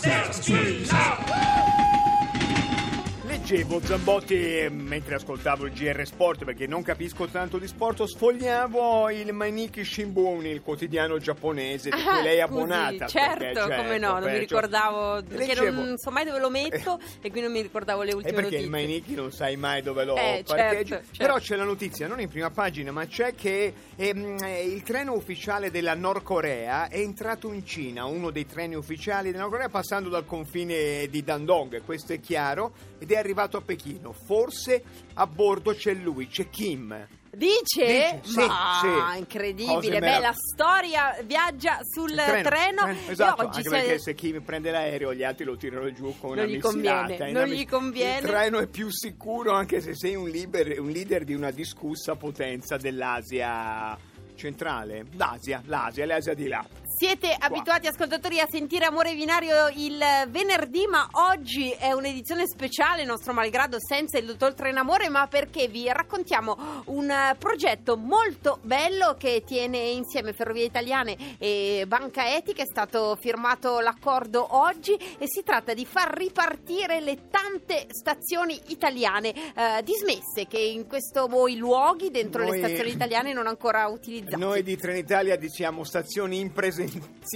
Leggevo, Zambotti, mentre ascoltavo il GR Sport, perché non capisco tanto di sport, sfogliavo il Mainichi Shimbun, il quotidiano giapponese di cui lei è abbonata. Certo, come no, non mi ricordavo, perché non so mai dove lo metto e quindi non mi ricordavo le ultime perché notizie. Il Mainichi non sai mai dove lo parcheggio. Certo. Però c'è la notizia, non in prima pagina, ma c'è che il treno ufficiale della Nord Corea è entrato in Cina, uno dei treni ufficiali della Nord Corea, passando dal confine di Dandong, questo è chiaro, ed è arrivato a Pechino. Forse a bordo c'è lui, c'è Kim. Dice? Sì, Ma sì. incredibile. Beh, la storia viaggia sul treno. Esatto, e oggi anche perché se Kim prende l'aereo gli altri lo tirano giù con una non gli missilata. conviene, non gli conviene. Il treno è più sicuro anche se sei un leader di una discussa potenza dell'Asia centrale. L'Asia di là. Siete abituati, ascoltatori, a sentire Amore Binario il venerdì, ma oggi è un'edizione speciale, nostro malgrado, senza il dottor Trenamore, ma perché vi raccontiamo un progetto molto bello che tiene insieme Ferrovie Italiane e Banca Etica. È stato firmato l'accordo oggi e si tratta di far ripartire le tante stazioni italiane dismesse, che in questo luoghi dentro le stazioni italiane non ancora utilizzate. Noi di Trenitalia diciamo stazioni impresenziate,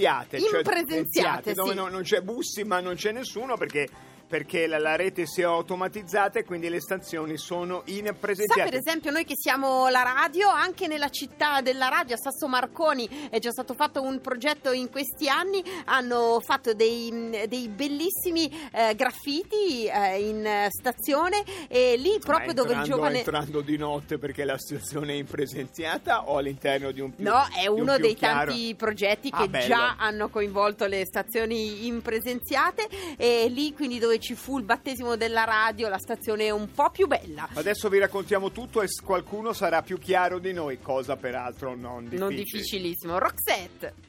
dove sì. non c'è bussi ma non c'è nessuno perché la rete si è automatizzata e quindi le stazioni sono impresenziate. Sa, per esempio, noi che siamo la radio, anche nella città della radio, a Sasso Marconi, è già stato fatto un progetto in questi anni, hanno fatto dei bellissimi graffiti in stazione, e lì proprio dove il giovane... Entrando di notte perché la stazione è impresenziata o all'interno di un più... No, è uno dei chiaro... tanti progetti che già hanno coinvolto le stazioni impresenziate, e lì quindi dove ci fu il battesimo della radio, la stazione è un po' più bella. Adesso vi raccontiamo tutto e qualcuno sarà più chiaro di noi, cosa peraltro non difficile. Non difficilissimo. Roxette.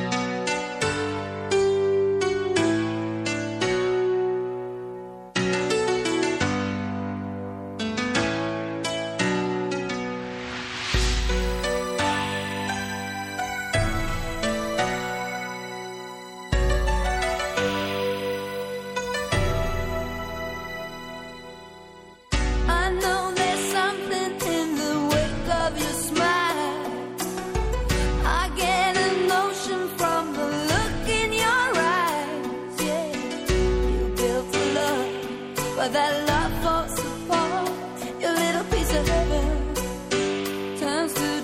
But that love for support, your little piece of heaven turns to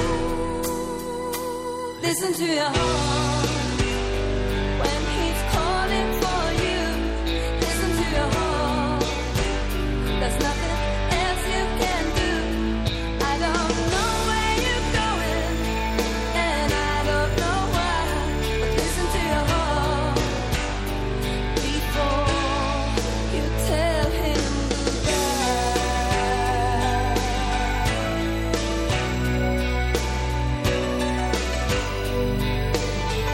dust. Listen to your heart when he's calling for you. Listen to your heart. There's nothing else you can do. I don't know where you're going, and I don't know why. But listen to your heart before tell him goodbye.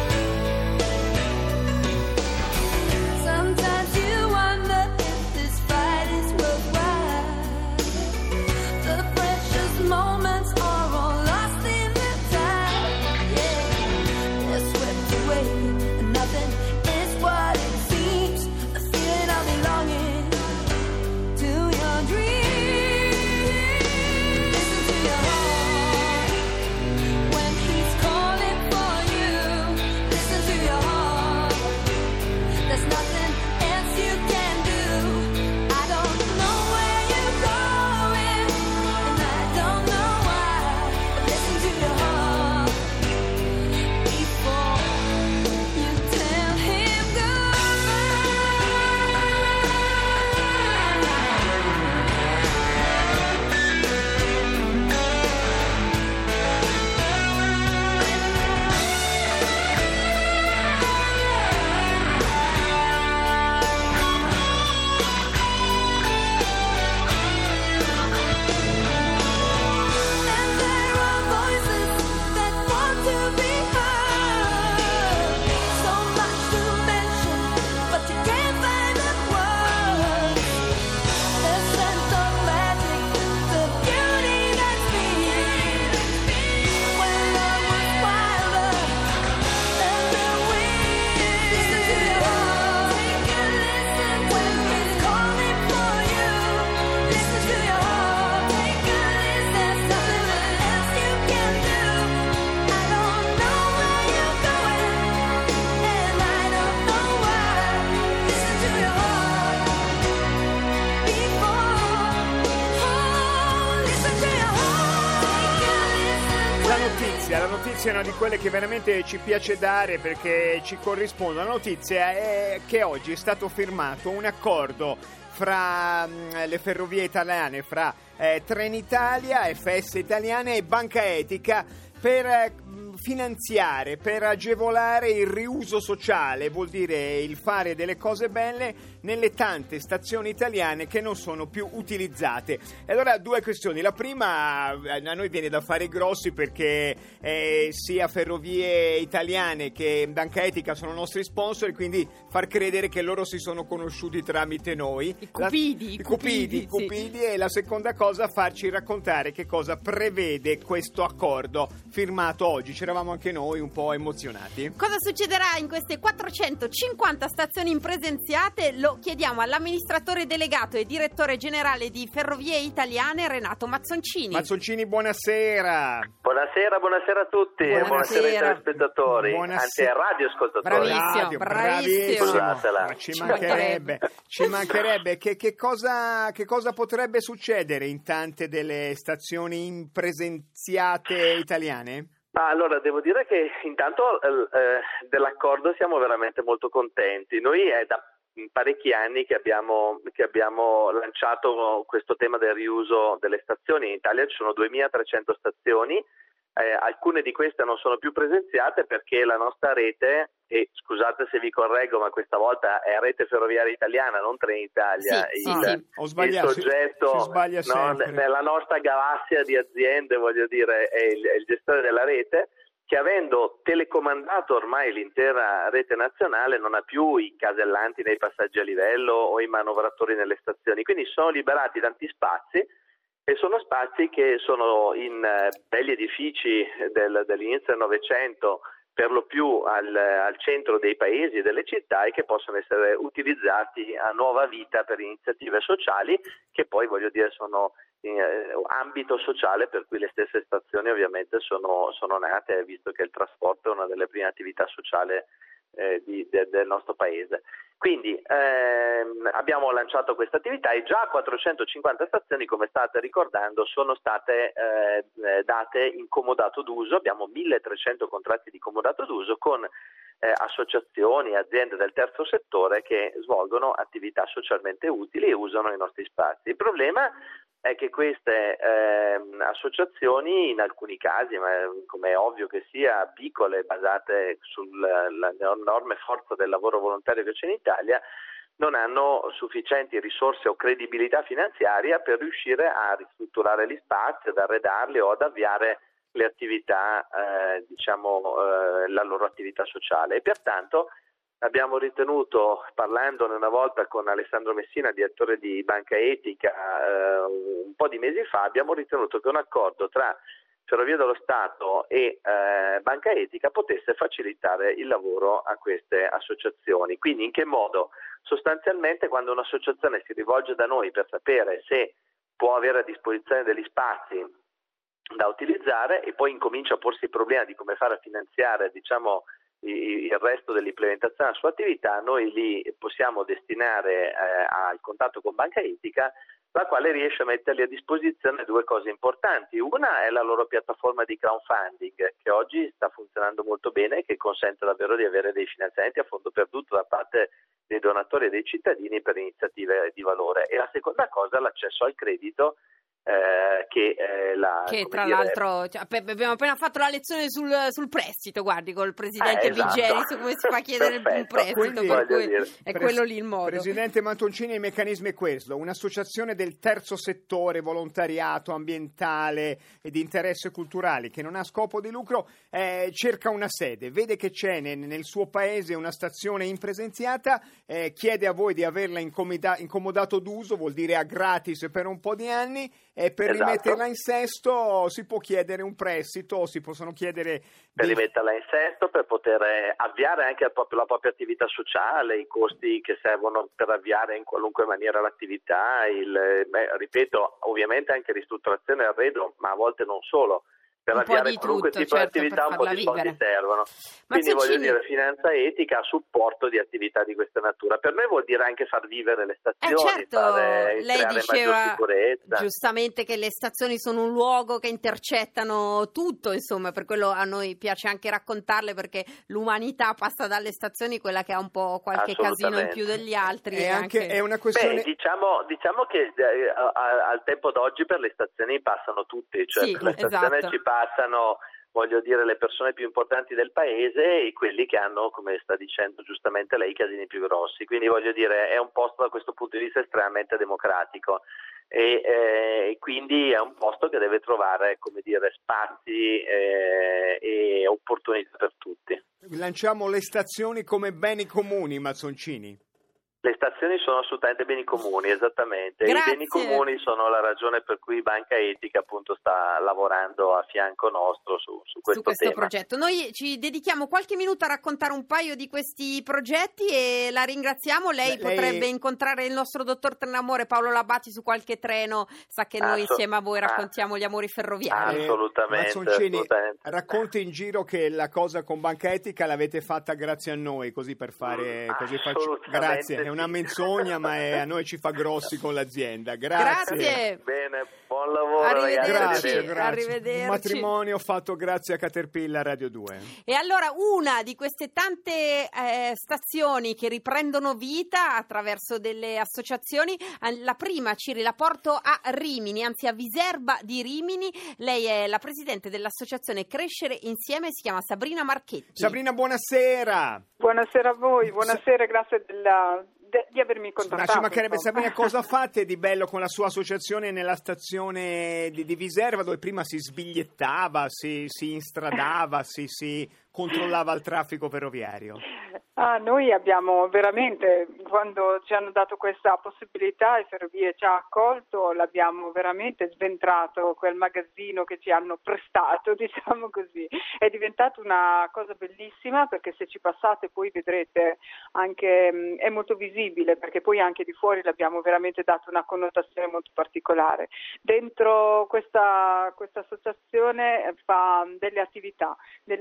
La notizia è una di quelle che veramente ci piace dare perché ci corrisponde. La notizia è che oggi è stato firmato un accordo fra le ferrovie italiane, fra Trenitalia, FS Italiane e Banca Etica per finanziare, per agevolare il riuso sociale, vuol dire il fare delle cose belle nelle tante stazioni italiane che non sono più utilizzate. E allora due questioni. La prima, a noi viene da fare i grossi perché sia Ferrovie Italiane che Banca Etica sono nostri sponsor, quindi far credere che loro si sono conosciuti tramite noi. I Cupidi. E la seconda cosa, farci raccontare che cosa prevede questo accordo firmato oggi. C'eravamo anche noi un po' emozionati. Cosa succederà in queste 450 stazioni impresenziate? Lo chiediamo all'amministratore delegato e direttore generale di Ferrovie Italiane, Renato Mazzoncini. Mazzoncini, buonasera. Buonasera a tutti. Buonasera ai telespettatori. Anzi, ai radioascoltatori. Bravissimo. Scusatela. Ci mancherebbe. Che cosa potrebbe succedere in tante delle stazioni impresenziate italiane? Allora, devo dire che intanto dell'accordo siamo veramente molto contenti. Noi è da parecchi anni che abbiamo lanciato questo tema del riuso delle stazioni. In Italia ci sono 2300 stazioni, alcune di queste non sono più presenziate perché la nostra rete, e scusate se vi correggo, ma questa volta è Rete Ferroviaria Italiana, non Trenitalia. Ho sbagliato, il soggetto, si sbaglia sempre. Nella nostra galassia di aziende, voglio dire, è il gestore della rete, che avendo telecomandato ormai l'intera rete nazionale non ha più i casellanti nei passaggi a livello o i manovratori nelle stazioni, quindi sono liberati tanti spazi, e sono spazi che sono in belli edifici dell'inizio del Novecento, per lo più al centro dei paesi e delle città, e che possono essere utilizzati a nuova vita per iniziative sociali che poi, voglio dire, sono ambito sociale per cui le stesse stazioni ovviamente sono nate, visto che il trasporto è una delle prime attività sociali del nostro paese. Quindi abbiamo lanciato questa attività e già 450 stazioni, come state ricordando, sono state date in comodato d'uso. Abbiamo 1300 contratti di comodato d'uso con associazioni e aziende del terzo settore che svolgono attività socialmente utili e usano i nostri spazi. Il problema è che queste associazioni, in alcuni casi, ma come è ovvio che sia, piccole, basate sull'enorme forza del lavoro volontario che c'è in Italia, non hanno sufficienti risorse o credibilità finanziaria per riuscire a ristrutturare gli spazi, ad arredarli o ad avviare le attività, la loro attività sociale. E pertanto abbiamo ritenuto, parlandone una volta con Alessandro Messina, direttore di Banca Etica, un po' di mesi fa, abbiamo ritenuto che un accordo tra Ferrovie dello Stato e Banca Etica potesse facilitare il lavoro a queste associazioni. Quindi in che modo? Sostanzialmente, quando un'associazione si rivolge da noi per sapere se può avere a disposizione degli spazi da utilizzare e poi incomincia a porsi il problema di come fare a finanziare, il resto dell'implementazione della sua attività, noi li possiamo destinare al contatto con Banca Etica, la quale riesce a metterli a disposizione due cose importanti. Una è la loro piattaforma di crowdfunding, che oggi sta funzionando molto bene e che consente davvero di avere dei finanziamenti a fondo perduto da parte dei donatori e dei cittadini per iniziative di valore. E la seconda cosa è l'accesso al credito, che tra l'altro abbiamo appena fatto la lezione sul prestito, guardi, col presidente Vigeri, su come si fa a chiedere un prestito. Quindi, per cui è quello lì il modo. Presidente Mazzoncini, il meccanismo è questo: un'associazione del terzo settore, volontariato, ambientale e di interesse culturale, che non ha scopo di lucro, cerca una sede, vede che c'è nel suo paese una stazione impresenziata, chiede a voi di averla in comodato d'uso, vuol dire a gratis per un po' di anni, e per rimetterla in sesto si può chiedere un prestito, si possono chiedere per rimetterla in sesto, per poter avviare anche la propria attività sociale, i costi che servono per avviare in qualunque maniera l'attività, ripeto, ovviamente anche ristrutturazione e arredo, ma a volte non solo. per Un po' avviare di qualunque tutto, tipo certo, di attività per un po' farla di soldi vivere. servono. Quindi voglio Mazzoncini, dire, finanza etica a supporto di attività di questa natura. Per me vuol dire anche far vivere le stazioni, certo, lei creare maggior diceva sicurezza. giustamente che le stazioni sono un luogo che intercettano tutto, insomma, per quello a noi piace anche raccontarle, perché l'umanità passa dalle stazioni, quella che ha un po' qualche casino in più degli altri. È una questione... Diciamo che al tempo d'oggi per le stazioni passano tutti, cioè Sì, per le stazioni esatto. ci passano, voglio dire, le persone più importanti del paese e quelli che hanno, come sta dicendo giustamente lei, i casini più grossi. Quindi voglio dire, è un posto da questo punto di vista estremamente democratico e quindi è un posto che deve trovare, come dire, spazi e opportunità per tutti. Lanciamo le stazioni come beni comuni, Mazzoncini. Le stazioni sono assolutamente beni comuni, esattamente. Grazie. I beni comuni sono la ragione per cui Banca Etica appunto sta lavorando a fianco nostro su questo tema. Progetto. Noi ci dedichiamo qualche minuto a raccontare un paio di questi progetti e la ringraziamo. Lei potrebbe incontrare il nostro dottor Trenamore Paolo Labati su qualche treno, sa che noi insieme a voi raccontiamo gli amori ferroviari. Assolutamente. Mazzoncini, racconti in giro che la cosa con Banca Etica l'avete fatta grazie a noi, così per fare... Grazie, è una menzogna, ma a noi ci fa grossi con l'azienda. Grazie. Bene, buon lavoro Arrivederci. ragazzi. Grazie. Arrivederci. Un matrimonio fatto grazie a Caterpillar Radio 2. E allora una di queste tante stazioni che riprendono vita attraverso delle associazioni, la prima, Ciri, la porto a Rimini, anzi a Viserba di Rimini. Lei è la presidente dell'associazione Crescere Insieme, si chiama Sabrina Marchetti. Sabrina, buonasera. Buonasera a voi, buonasera, grazie di avermi contattato. Ci mancherebbe. insomma. Sabrina, cosa fate di bello con la sua associazione nella stazione di Viserva, dove prima si sbigliettava, si instradava, si controllava il traffico ferroviario? Noi abbiamo veramente, quando ci hanno dato questa possibilità e Ferrovie ci ha accolto, l'abbiamo veramente sventrato quel magazzino che ci hanno prestato, diciamo così. È diventata una cosa bellissima, perché se ci passate poi vedrete anche, è molto visibile, perché poi anche di fuori l'abbiamo veramente dato una connotazione molto particolare. Dentro questa associazione fa delle attività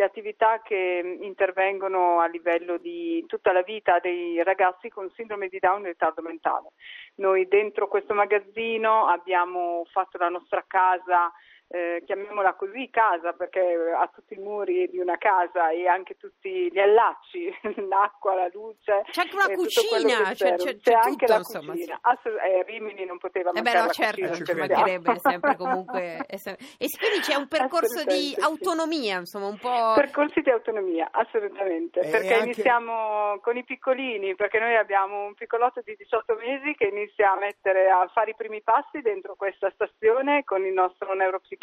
che intervengono a livello di tutta la vita dei ragazzi con sindrome di Down e ritardo mentale. Noi dentro questo magazzino abbiamo fatto la nostra casa, chiamiamola così casa, perché ha tutti i muri di una casa e anche tutti gli allacci, l'acqua, la luce. C'è anche una cucina, c'è anche tutto, la insomma. cucina. Rimini non poteva mancare no, la certo, cucina, ci mancherebbe sempre comunque. E quindi c'è un percorso di autonomia, insomma, un po'. Percorsi di autonomia, assolutamente, perché iniziamo con i piccolini, perché noi abbiamo un piccolotto di 18 mesi che inizia a fare i primi passi dentro questa stazione con il nostro neuropsichiatra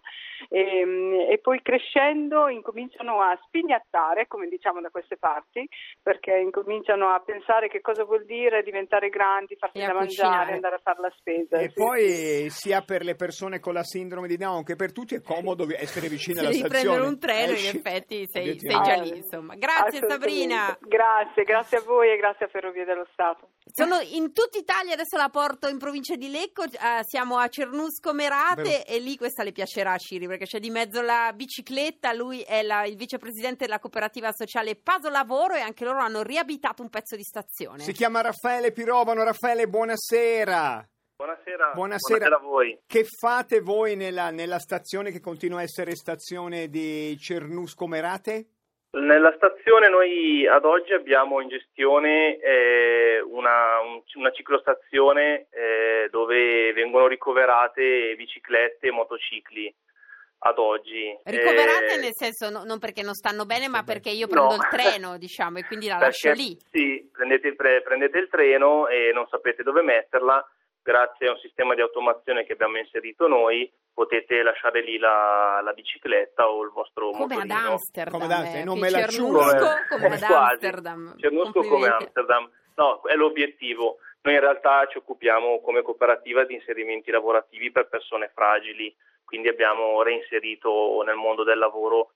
e poi crescendo incominciano a spignattare, come diciamo da queste parti, perché incominciano a pensare che cosa vuol dire diventare grandi, farsi da mangiare, andare a fare la spesa. E poi sia per le persone con la sindrome di Down che per tutti è comodo essere vicino alla stazione. Devi prendere un treno, in effetti sei già lì, insomma. Grazie Sabrina. Grazie a voi e grazie a Ferrovie dello Stato. Sono in tutta Italia, adesso la porto in provincia di Lecco, siamo a Cernusco Merate e lì questa le piacerà a Ciri, perché c'è di mezzo la bicicletta. Lui è il vicepresidente della cooperativa sociale Paso Lavoro e anche loro hanno riabitato un pezzo di stazione. Si chiama Raffaele Pirovano. Raffaele, buonasera. Buonasera a voi. Che fate voi nella stazione che continua a essere stazione di Cernusco Merate? Nella stazione noi ad oggi abbiamo in gestione una ciclostazione dove vengono ricoverate biciclette e motocicli ad oggi. Ricoverate nel senso non perché non stanno bene, ma perché io prendo il treno, diciamo, e quindi la lascio lì. Sì, prendete il treno e non sapete dove metterla. Grazie a un sistema di automazione che abbiamo inserito noi, potete lasciare lì la bicicletta o il vostro motorino. Come ad Amsterdam. Non me la come ad Amsterdam. Cernusco come Amsterdam. No, è l'obiettivo. Noi in realtà ci occupiamo come cooperativa di inserimenti lavorativi per persone fragili, quindi abbiamo reinserito nel mondo del lavoro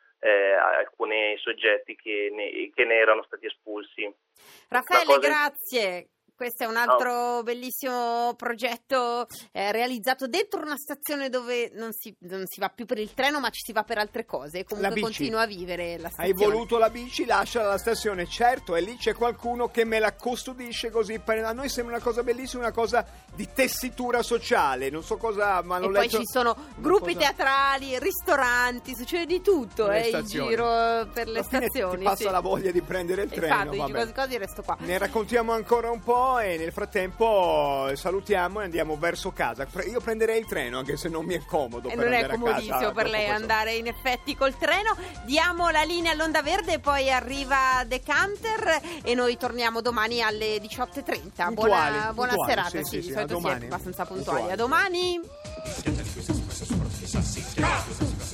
alcuni soggetti che ne erano stati espulsi. Raffaele, grazie. Questo è un altro bellissimo progetto realizzato dentro una stazione dove non si va più per il treno, ma ci si va per altre cose. Comunque continua a vivere la stazione. Hai voluto la bici, lasciala la stazione, certo, e lì c'è qualcuno che me la custodisce così. A noi sembra una cosa bellissima, una cosa di tessitura sociale, non so cosa, ma non e poi ci sono gruppi teatrali, ristoranti, succede di tutto in giro per le stazioni. Ti passa la voglia di prendere il treno. Infatti, quasi resto qua. Ne raccontiamo ancora un po' e nel frattempo salutiamo e andiamo verso casa. Io prenderei il treno anche se non mi è comodo. E non è comodissimo per lei andare in effetti col treno. Diamo la linea all'Onda Verde, poi arriva Decanter e noi torniamo domani alle 18:30. Buona serata, sì, di solito si è abbastanza puntuali. A domani.